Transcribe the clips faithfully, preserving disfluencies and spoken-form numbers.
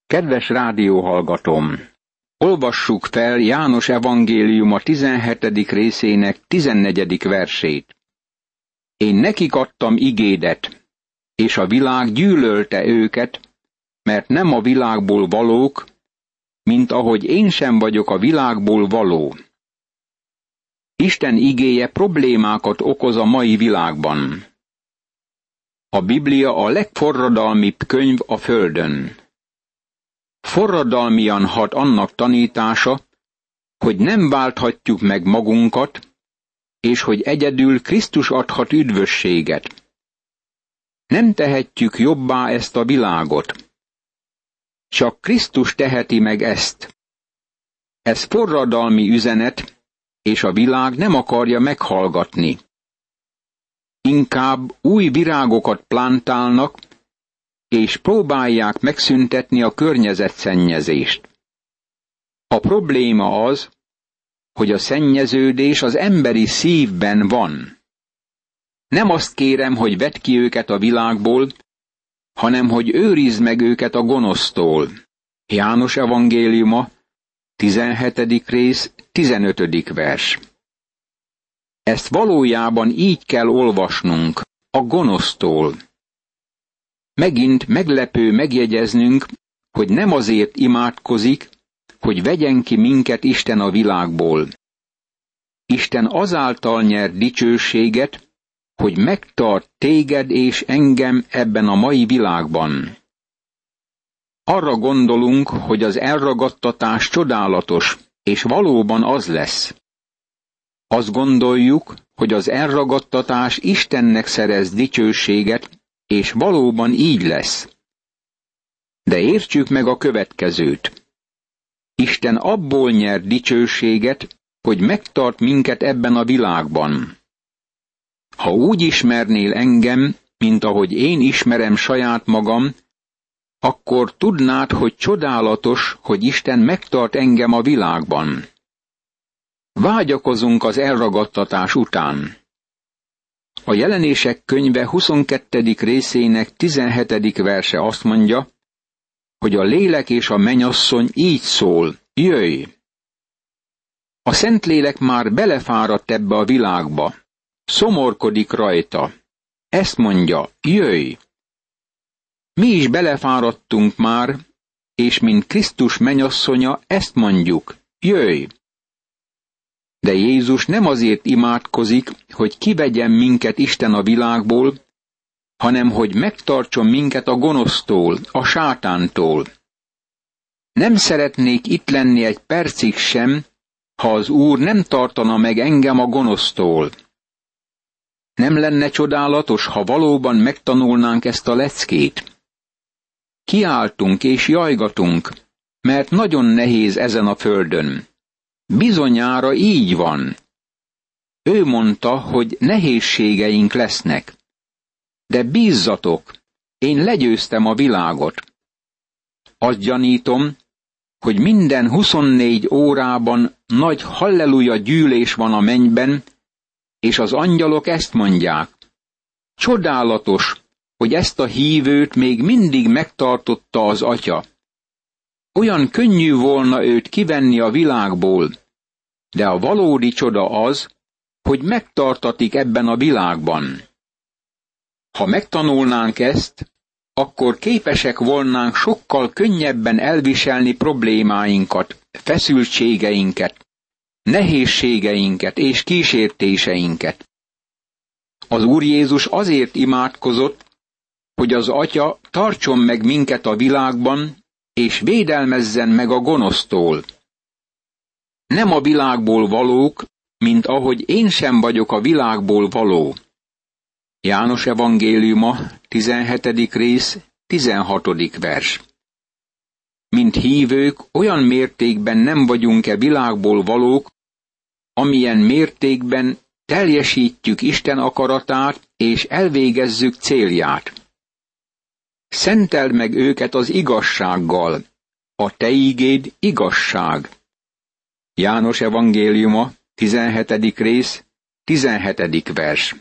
Kedves rádióhallgatóm! Olvassuk fel János evangéliuma tizenhetedik részének tizennegyedik versét. Én nekik adtam igédet, és a világ gyűlölte őket, mert nem a világból valók, mint ahogy én sem vagyok a világból való. Isten igéje problémákat okoz a mai világban. A Biblia a legforradalmibb könyv a földön. Forradalmian hat annak tanítása, hogy nem válthatjuk meg magunkat, és hogy egyedül Krisztus adhat üdvösséget. Nem tehetjük jobbá ezt a világot. Csak Krisztus teheti meg ezt. Ez forradalmi üzenet, és a világ nem akarja meghallgatni. Inkább új virágokat plántálnak, és próbálják megszüntetni a környezetszennyezést. A probléma az, hogy a szennyeződés az emberi szívben van. Nem azt kérem, hogy vedd ki őket a világból, hanem hogy őrizd meg őket a gonosztól. János evangéliuma, tizenhetedik rész, tizenötödik vers. Ezt valójában így kell olvasnunk, a gonosztól. Megint meglepő megjegyeznünk, hogy nem azért imádkozik, hogy vegyen ki minket Isten a világból. Isten azáltal nyer dicsőséget, hogy megtart téged és engem ebben a mai világban. Arra gondolunk, hogy az elragadtatás csodálatos, és valóban az lesz. Azt gondoljuk, hogy az elragadtatás Istennek szerez dicsőséget, és valóban így lesz. De értsük meg a következőt. Isten abból nyer dicsőséget, hogy megtart minket ebben a világban. Ha úgy ismernél engem, mint ahogy én ismerem saját magam, akkor tudnád, hogy csodálatos, hogy Isten megtart engem a világban. Vágyakozunk az elragadtatás után. A Jelenések könyve huszonkettedik részének tizenhetedik verse azt mondja, hogy a lélek és a mennyasszony így szól, jöjj! A Szentlélek már belefáradt ebbe a világba, szomorkodik rajta. Ezt mondja, jöjj! Mi is belefáradtunk már, és mint Krisztus mennyasszonya ezt mondjuk, jöjj! De Jézus nem azért imádkozik, hogy kivegyen minket Isten a világból, hanem hogy megtartson minket a gonosztól, a sátántól. Nem szeretnék itt lenni egy percig sem, ha az Úr nem tartana meg engem a gonosztól. Nem lenne csodálatos, ha valóban megtanulnánk ezt a leckét? Kiáltunk és jajgatunk, mert nagyon nehéz ezen a földön. Bizonyára így van. Ő mondta, hogy nehézségeink lesznek. De bízzatok, én legyőztem a világot. Azt gyanítom, hogy minden huszonnégy órában nagy halleluja gyűlés van a mennyben, és az angyalok ezt mondják. Csodálatos, hogy ezt a hívőt még mindig megtartotta az Atya. Olyan könnyű volna őt kivenni a világból, de a valódi csoda az, hogy megtartatik ebben a világban. Ha megtanulnánk ezt, akkor képesek volnánk sokkal könnyebben elviselni problémáinkat, feszültségeinket, nehézségeinket és kísértéseinket. Az Úr Jézus azért imádkozott, hogy az Atya tartson meg minket a világban, és védelmezzen meg a gonosztól. Nem a világból valók, mint ahogy én sem vagyok a világból való. János evangéliuma, tizenhetedik rész, tizenhatodik vers. Mint hívők, olyan mértékben nem vagyunk-e világból valók, amilyen mértékben teljesítjük Isten akaratát és elvégezzük célját. Szenteld meg őket az igazsággal. A te ígéd igazság. János evangéliuma, tizenhetedik rész, tizenhetedik vers.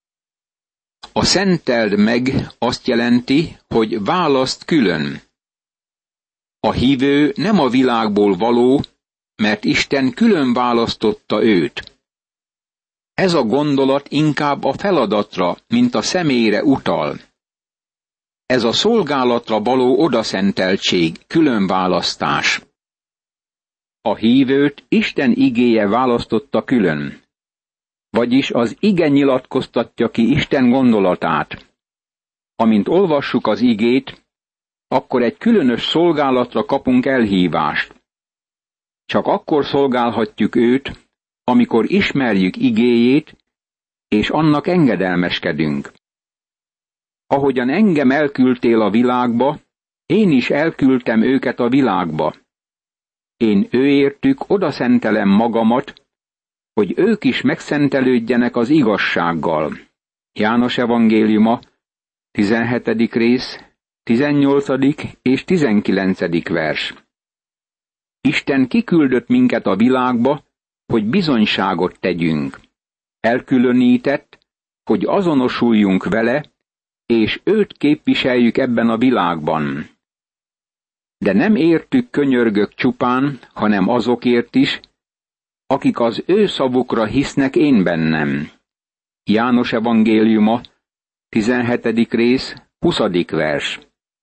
A szenteld meg azt jelenti, hogy választ külön. A hívő nem a világból való, mert Isten külön választotta őt. Ez a gondolat inkább a feladatra, mint a személyre utal. Ez a szolgálatra való odaszenteltség, különválasztás. A hívőt Isten igéje választotta külön. Vagyis az ige nyilatkoztatja ki Isten gondolatát. Amint olvassuk az igét, akkor egy különös szolgálatra kapunk elhívást. Csak akkor szolgálhatjuk őt, amikor ismerjük igéjét, és annak engedelmeskedünk. Ahogyan engem elküldtél a világba, én is elküldtem őket a világba. Én őértük odaszentelem magamat, hogy ők is megszentelődjenek az igazsággal. János evangéliuma, tizenhetedik rész, tizennyolcadik és tizenkilencedik vers. Isten kiküldött minket a világba, hogy bizonyságot tegyünk. Elkülönített, hogy azonosuljunk vele, és őt képviseljük ebben a világban. De nem értük könyörgök csupán, hanem azokért is, akik az ő szavukra hisznek én bennem. János evangéliuma, tizenhetedik rész, huszadik vers.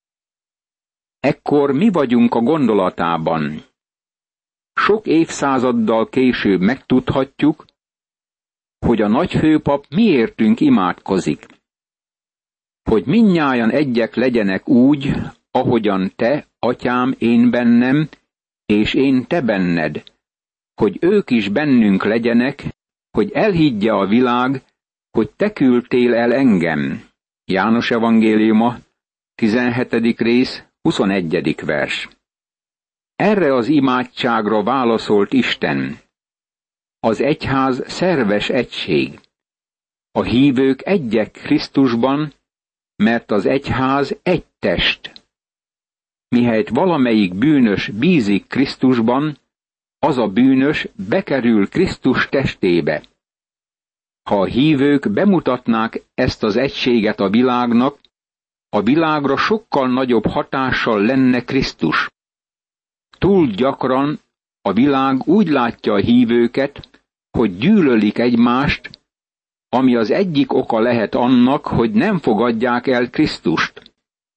Ekkor mi vagyunk a gondolatában. Sok évszázaddal később megtudhatjuk, hogy a nagyfőpap miértünk imádkozik. Hogy mindnyájan egyek legyenek úgy, ahogyan te, atyám, én bennem, és én te benned, hogy ők is bennünk legyenek, hogy elhiggye a világ, hogy te küldtél el engem. János evangéliuma, tizenhetedik rész, huszonegyedik vers. Erre az imádságra válaszolt Isten. Az egyház szerves egység. A hívők egyek Krisztusban, mert az egyház egy test. Mihelyt valamelyik bűnös bízik Krisztusban, az a bűnös bekerül Krisztus testébe. Ha a hívők bemutatnák ezt az egységet a világnak, a világra sokkal nagyobb hatással lenne Krisztus. Túl gyakran a világ úgy látja a hívőket, hogy gyűlölik egymást, ami az egyik oka lehet annak, hogy nem fogadják el Krisztust.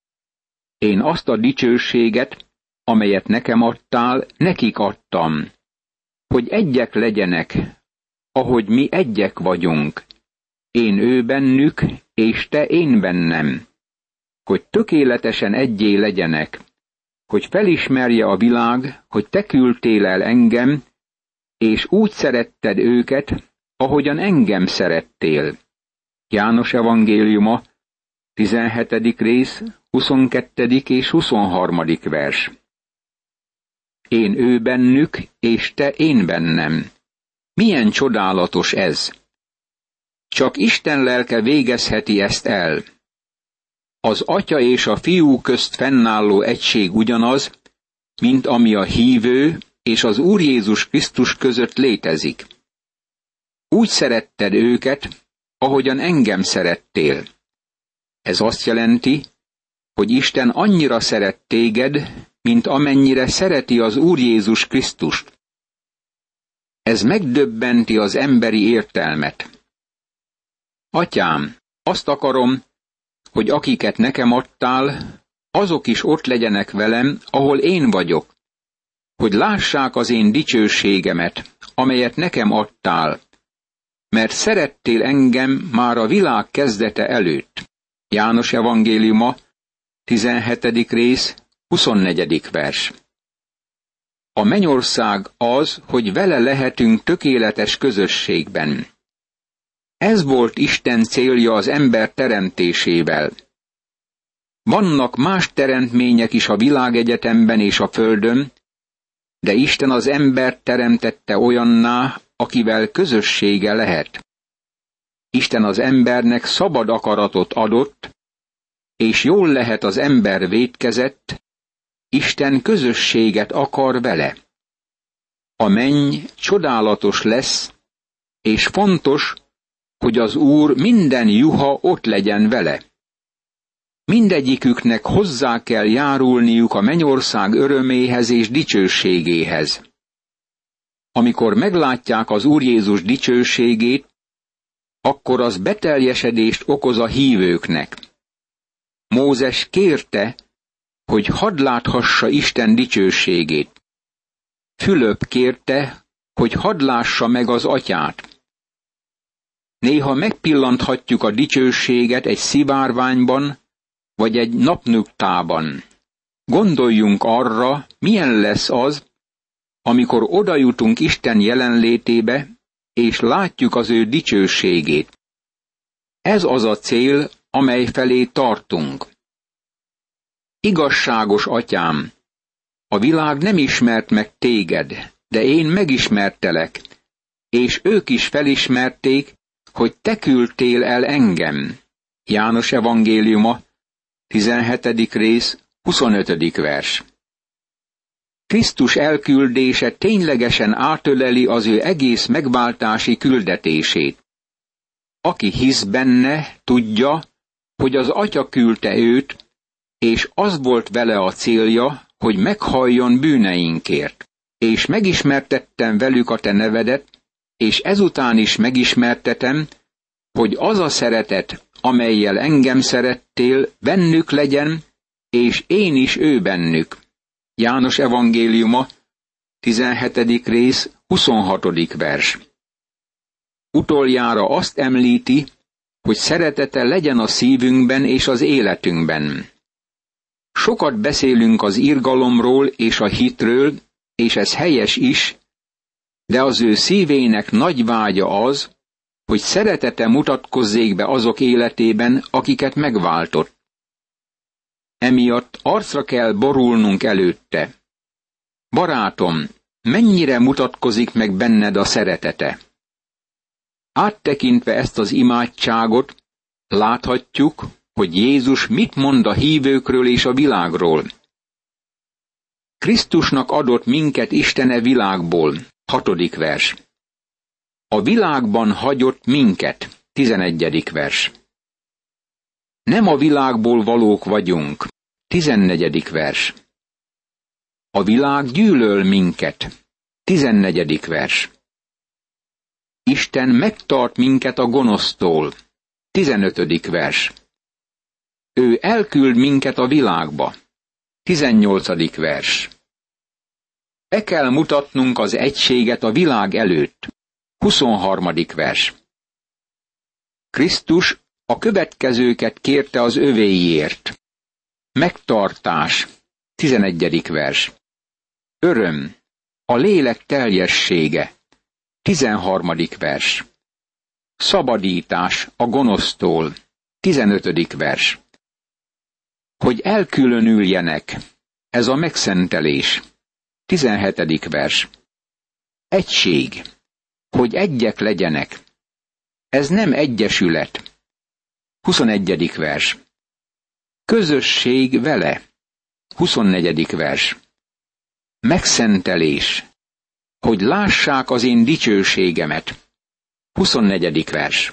Én azt a dicsőséget, amelyet nekem adtál, nekik adtam, hogy egyek legyenek, ahogy mi egyek vagyunk, én ő bennük, és te én bennem, hogy tökéletesen egyé legyenek, hogy felismerje a világ, hogy te küldtél el engem, és úgy szeretted őket, ahogyan engem szerettél. János evangéliuma, tizenhetedik rész, huszonkettedik és huszonharmadik vers. Én ő bennük, és te én bennem. Milyen csodálatos ez! Csak Isten lelke végezheti ezt el. Az Atya és a Fiú közt fennálló egység ugyanaz, mint ami a hívő és az Úr Jézus Krisztus között létezik. Úgy szeretted őket, ahogyan engem szerettél. Ez azt jelenti, hogy Isten annyira szeret téged, mint amennyire szereti az Úr Jézus Krisztust. Ez megdöbbenti az emberi értelmet. Atyám, azt akarom, hogy akiket nekem adtál, azok is ott legyenek velem, ahol én vagyok, hogy lássák az én dicsőségemet, amelyet nekem adtál, mert szerettél engem már a világ kezdete előtt. János evangéliuma, tizenhetedik rész, huszonnegyedik vers. A mennyország az, hogy vele lehetünk tökéletes közösségben. Ez volt Isten célja az ember teremtésével. Vannak más teremtmények is a világegyetemben és a földön, de Isten az embert teremtette olyanná, akivel közössége lehet. Isten az embernek szabad akaratot adott, és jól lehet az ember vétkezett, Isten közösséget akar vele. A menny csodálatos lesz, és fontos, hogy az Úr minden juha ott legyen vele. mindegyiküknek hozzá kell járulniuk a mennyország öröméhez és dicsőségéhez. Amikor meglátják az Úr Jézus dicsőségét, akkor az beteljesedést okoz a hívőknek. Mózes kérte, hogy hadd láthassa Isten dicsőségét. Fülöp kérte, hogy hadd lássa meg az Atyát. Néha megpillanthatjuk a dicsőséget egy szivárványban, vagy egy napnyugtában. Gondoljunk arra, milyen lesz az, amikor odajutunk Isten jelenlétébe, és látjuk az ő dicsőségét. Ez az a cél, amely felé tartunk. Igazságos Atyám, a világ nem ismert meg téged, de én megismertelek, és ők is felismerték, hogy te küldtél el engem. János evangéliuma, tizenhetedik rész, huszonötödik vers. Krisztus elküldése ténylegesen átöleli az ő egész megváltási küldetését. Aki hisz benne, tudja, hogy az Atya küldte őt, és az volt vele a célja, hogy meghalljon bűneinkért. És megismertettem velük a te nevedet, és ezután is megismertetem, hogy az a szeretet, amellyel engem szerettél, bennük legyen, és én is ő bennük. János evangéliuma, tizenhetedik rész, huszonhatodik vers. Utoljára azt említi, hogy szeretete legyen a szívünkben és az életünkben. Sokat beszélünk az irgalomról és a hitről, és ez helyes is, de az ő szívének nagy vágya az, hogy szeretete mutatkozzék be azok életében, akiket megváltott. Emiatt arcra kell borulnunk előtte. Barátom, mennyire mutatkozik meg benned a szeretete? Áttekintve ezt az imádságot, láthatjuk, hogy Jézus mit mond a hívőkről és a világról. Krisztusnak adott minket Istene világból, hatodik vers. A világban hagyott minket, tizenegyedik vers. Nem a világból valók vagyunk, tizennegyedik vers. A világ gyűlöl minket, tizennegyedik vers. Isten megtart minket a gonosztól, tizenötödik vers. Ő elküld minket a világba, tizennyolcadik vers. Be kell mutatnunk az egységet a világ előtt, huszonharmadik vers. Krisztus a következőket kérte az övéiért. Megtartás, tizenegyedik vers. Öröm, a lélek teljessége, tizenharmadik vers. Szabadítás a gonosztól, tizenötödik vers. Hogy elkülönüljenek, ez a megszentelés, tizenhetedik vers. Egység, hogy egyek legyenek, ez nem egyesület, huszonegyedik vers. Közösség vele, huszonnegyedik vers. Megszentelés, hogy lássák az én dicsőségemet, huszonnegyedik vers.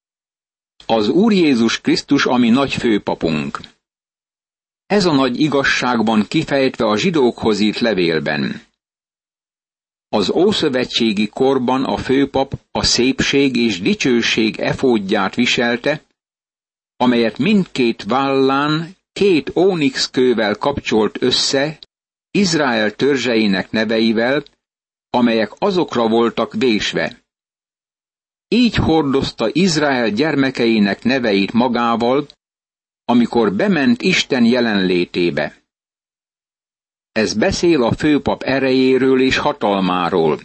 Az Úr Jézus Krisztus, ami nagy főpapunk. Ez a nagy igazságban kifejtve a zsidókhoz írt levélben. Az ószövetségi korban a főpap a szépség és dicsőség efódját viselte, amelyet mindkét vállán két ónix kővel kapcsolt össze Izrael törzseinek neveivel, amelyek azokra voltak vésve. Így hordozta Izrael gyermekeinek neveit magával, amikor bement Isten jelenlétébe. Ez beszél a főpap erejéről és hatalmáról.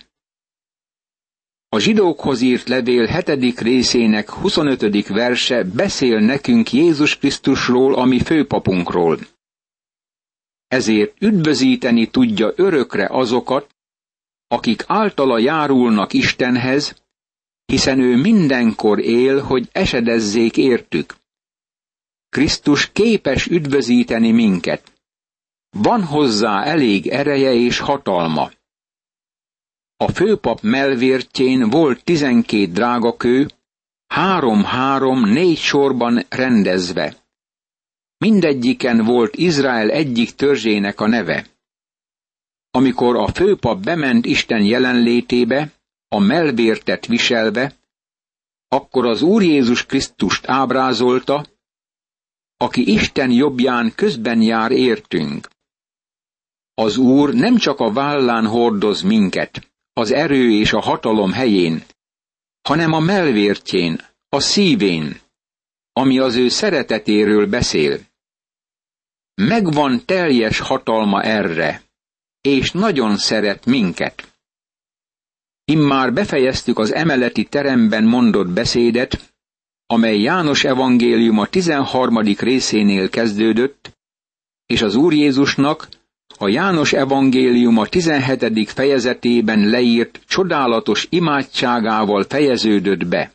A zsidókhoz írt levél hetedik részének huszonötödik verse beszél nekünk Jézus Krisztusról, ami főpapunkról. Ezért üdvözíteni tudja örökre azokat, akik általa járulnak Istenhez, hiszen ő mindenkor él, hogy esedezzék értük. Krisztus képes üdvözíteni minket. Van hozzá elég ereje és hatalma. A főpap mellvértjén volt tizenkét drágakő, három-három, négy sorban rendezve. Mindegyiken volt Izrael egyik törzsének a neve. Amikor a főpap bement Isten jelenlétébe, a mellvértet viselve, akkor az Úr Jézus Krisztust ábrázolta, aki Isten jobbján közben jár értünk. Az Úr nem csak a vállán hordoz minket, az erő és a hatalom helyén, hanem a mellvértjén, a szívén, ami az ő szeretetéről beszél. Megvan teljes hatalma erre, és nagyon szeret minket. Immár befejeztük az emeleti teremben mondott beszédet, amely János evangéliuma tizenharmadik részénél kezdődött, és az Úr Jézusnak a János evangéliuma tizenhetedik fejezetében leírt csodálatos imádságával fejeződött be.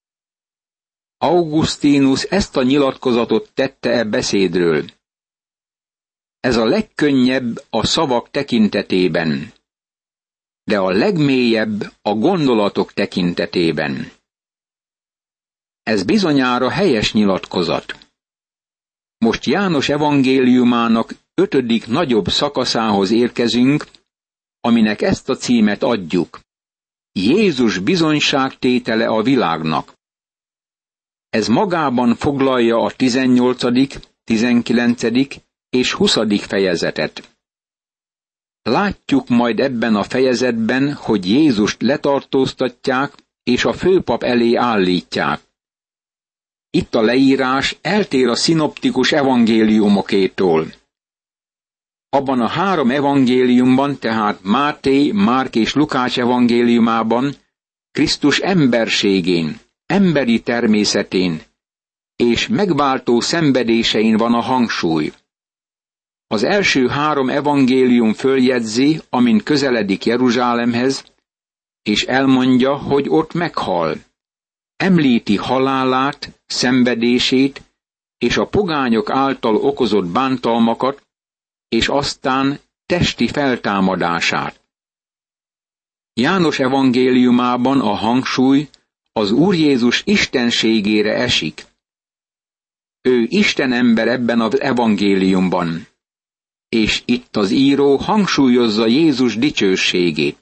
Augustinus ezt a nyilatkozatot tette e beszédről. Ez a legkönnyebb a szavak tekintetében, de a legmélyebb a gondolatok tekintetében. Ez bizonyára helyes nyilatkozat. Most János evangéliumának ötödik nagyobb szakaszához érkezünk, aminek ezt a címet adjuk. Jézus bizonyságtétele a világnak. Ez magában foglalja a tizennyolcadik, tizenkilencedik és huszadik fejezetet. Látjuk majd ebben a fejezetben, hogy Jézust letartóztatják és a főpap elé állítják. Itt a leírás eltér a szinoptikus evangéliumokétól. Abban a három evangéliumban, tehát Máté, Márk és Lukács evangéliumában Krisztus emberségén, emberi természetén és megváltó szenvedésein van a hangsúly. Az első három evangélium följegyzi, amint közeledik Jeruzsálemhez, és elmondja, hogy ott meghal. Említi halálát, szenvedését és a pogányok által okozott bántalmakat, és aztán testi feltámadását. János evangéliumában a hangsúly az Úr Jézus istenségére esik. Ő Isten ember ebben az evangéliumban, és itt az író hangsúlyozza Jézus dicsőségét.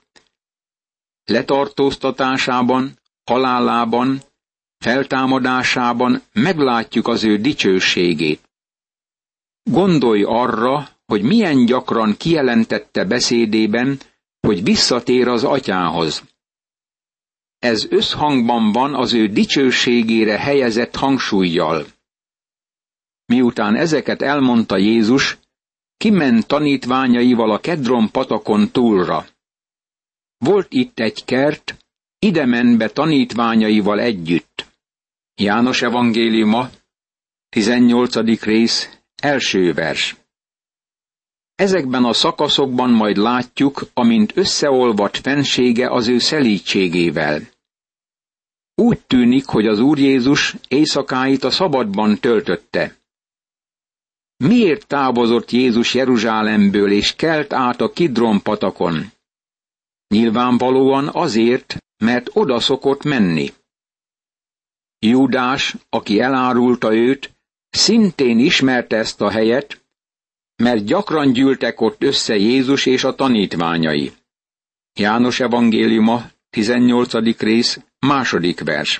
Letartóztatásában, halálában, feltámadásában meglátjuk az ő dicsőségét. Gondolj arra, hogy milyen gyakran kijelentette beszédében, hogy visszatér az atyához. Ez összhangban van az ő dicsőségére helyezett hangsúllyal. Miután ezeket elmondta Jézus, kiment tanítványaival a Kedron patakon túlra. Volt itt egy kert, ide ment be tanítványaival együtt. János evangéliuma, tizennyolcadik rész, első vers. Ezekben a szakaszokban majd látjuk, amint összeolvadt fensége az ő szelídségével. Úgy tűnik, hogy az Úr Jézus éjszakáit a szabadban töltötte. Miért távozott Jézus Jeruzsálemből és kelt át a Kidron patakon? Nyilvánvalóan azért, mert oda szokott menni. Júdás, aki elárulta őt, szintén ismerte ezt a helyet, mert gyakran gyűltek ott össze Jézus és a tanítványai. János evangéliuma, tizennyolcadik rész, második vers.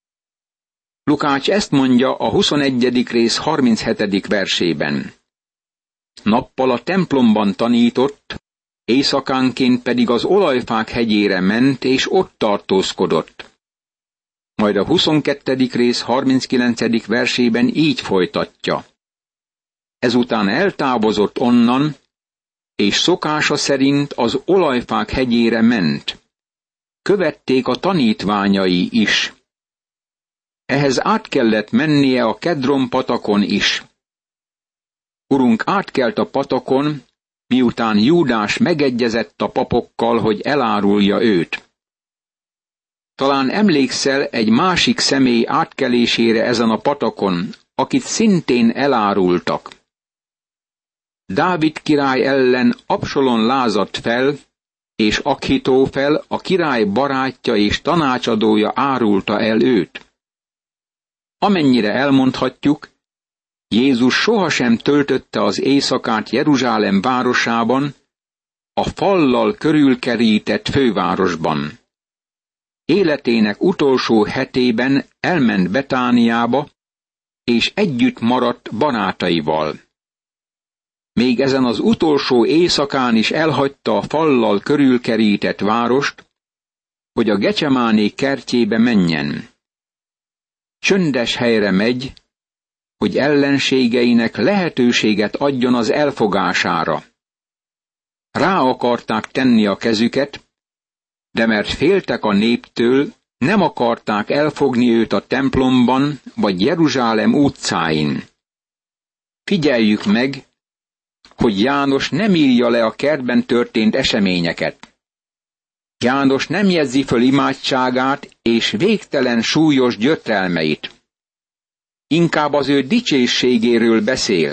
Lukács ezt mondja a huszonegyedik rész harminchetedik versében. Nappal a templomban tanított, éjszakánként pedig az olajfák hegyére ment, és ott tartózkodott. Majd a huszonkettedik rész harminckilencedik versében így folytatja. Ezután eltávozott onnan, és szokása szerint az olajfák hegyére ment. Követték a tanítványai is. Ehhez át kellett mennie a Kedron patakon is. Urunk átkelt a patakon, miután Júdás megegyezett a papokkal, hogy elárulja őt. Talán emlékszel egy másik személy átkelésére ezen a patakon, akit szintén elárultak. Dávid király ellen Absalon lázadt fel, és Akhitófel, a király barátja és tanácsadója árulta el őt. Amennyire elmondhatjuk, Jézus sohasem töltötte az éjszakát Jeruzsálem városában, a fallal körülkerített fővárosban. Életének utolsó hetében elment Betániába, és együtt maradt barátaival. Még ezen az utolsó éjszakán is elhagyta a fallal körülkerített várost, hogy a Gecsemáné kertjébe menjen. Csöndes helyre megy, hogy ellenségeinek lehetőséget adjon az elfogására. Rá akarták tenni a kezüket, de mert féltek a néptől, nem akarták elfogni őt a templomban vagy Jeruzsálem utcáin. Figyeljük meg, hogy János nem írja le a kertben történt eseményeket. János nem jegyzi föl imádságát és végtelen súlyos gyötrelmeit. Inkább az ő dicsésségéről beszél.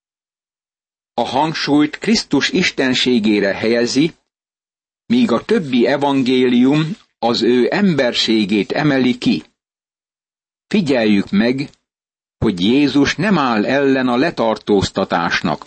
A hangsúlyt Krisztus istenségére helyezi, míg a többi evangélium az ő emberségét emeli ki. Figyeljük meg, hogy Jézus nem áll ellen a letartóztatásnak.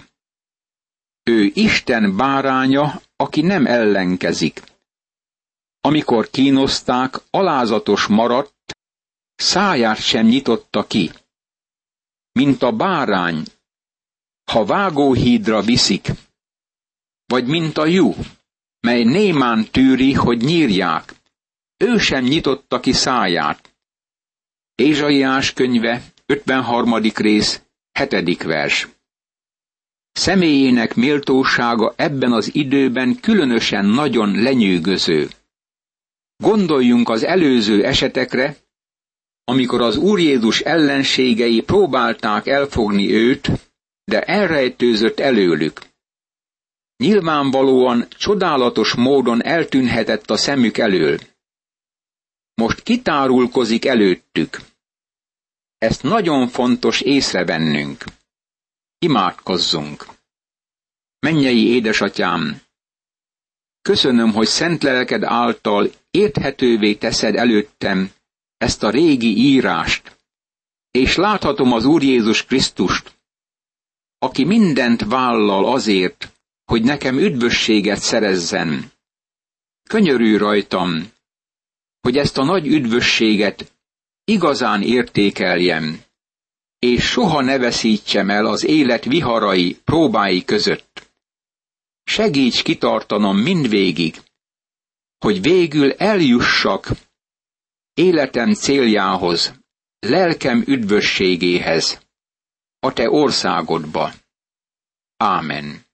Ő Isten báránya, aki nem ellenkezik. Amikor kínozták, alázatos maradt, száját sem nyitotta ki. Mint a bárány, ha vágóhídra viszik, vagy mint a juh, mely némán tűri, hogy nyírják, ő sem nyitotta ki száját. Ézsaiás könyve, ötvenharmadik rész, hetedik vers. Személyének méltósága ebben az időben különösen nagyon lenyűgöző. Gondoljunk az előző esetekre, amikor az Úr Jézus ellenségei próbálták elfogni őt, de elrejtőzött előlük. Nyilvánvalóan csodálatos módon eltűnhetett a szemük elől. Most kitárulkozik előttük. Ezt nagyon fontos észrevennünk. Imádkozzunk. Mennyei édesatyám, köszönöm, hogy szent lelked által érthetővé teszed előttem ezt a régi írást, és láthatom az Úr Jézus Krisztust, aki mindent vállal azért, hogy nekem üdvösséget szerezzen. Könyörülj rajtam, hogy ezt a nagy üdvösséget igazán értékeljem, és soha ne veszítsem el az élet viharai, próbái között. Segíts kitartanom mindvégig, hogy végül eljussak életem céljához, lelkem üdvösségéhez, a te országodba. Ámen.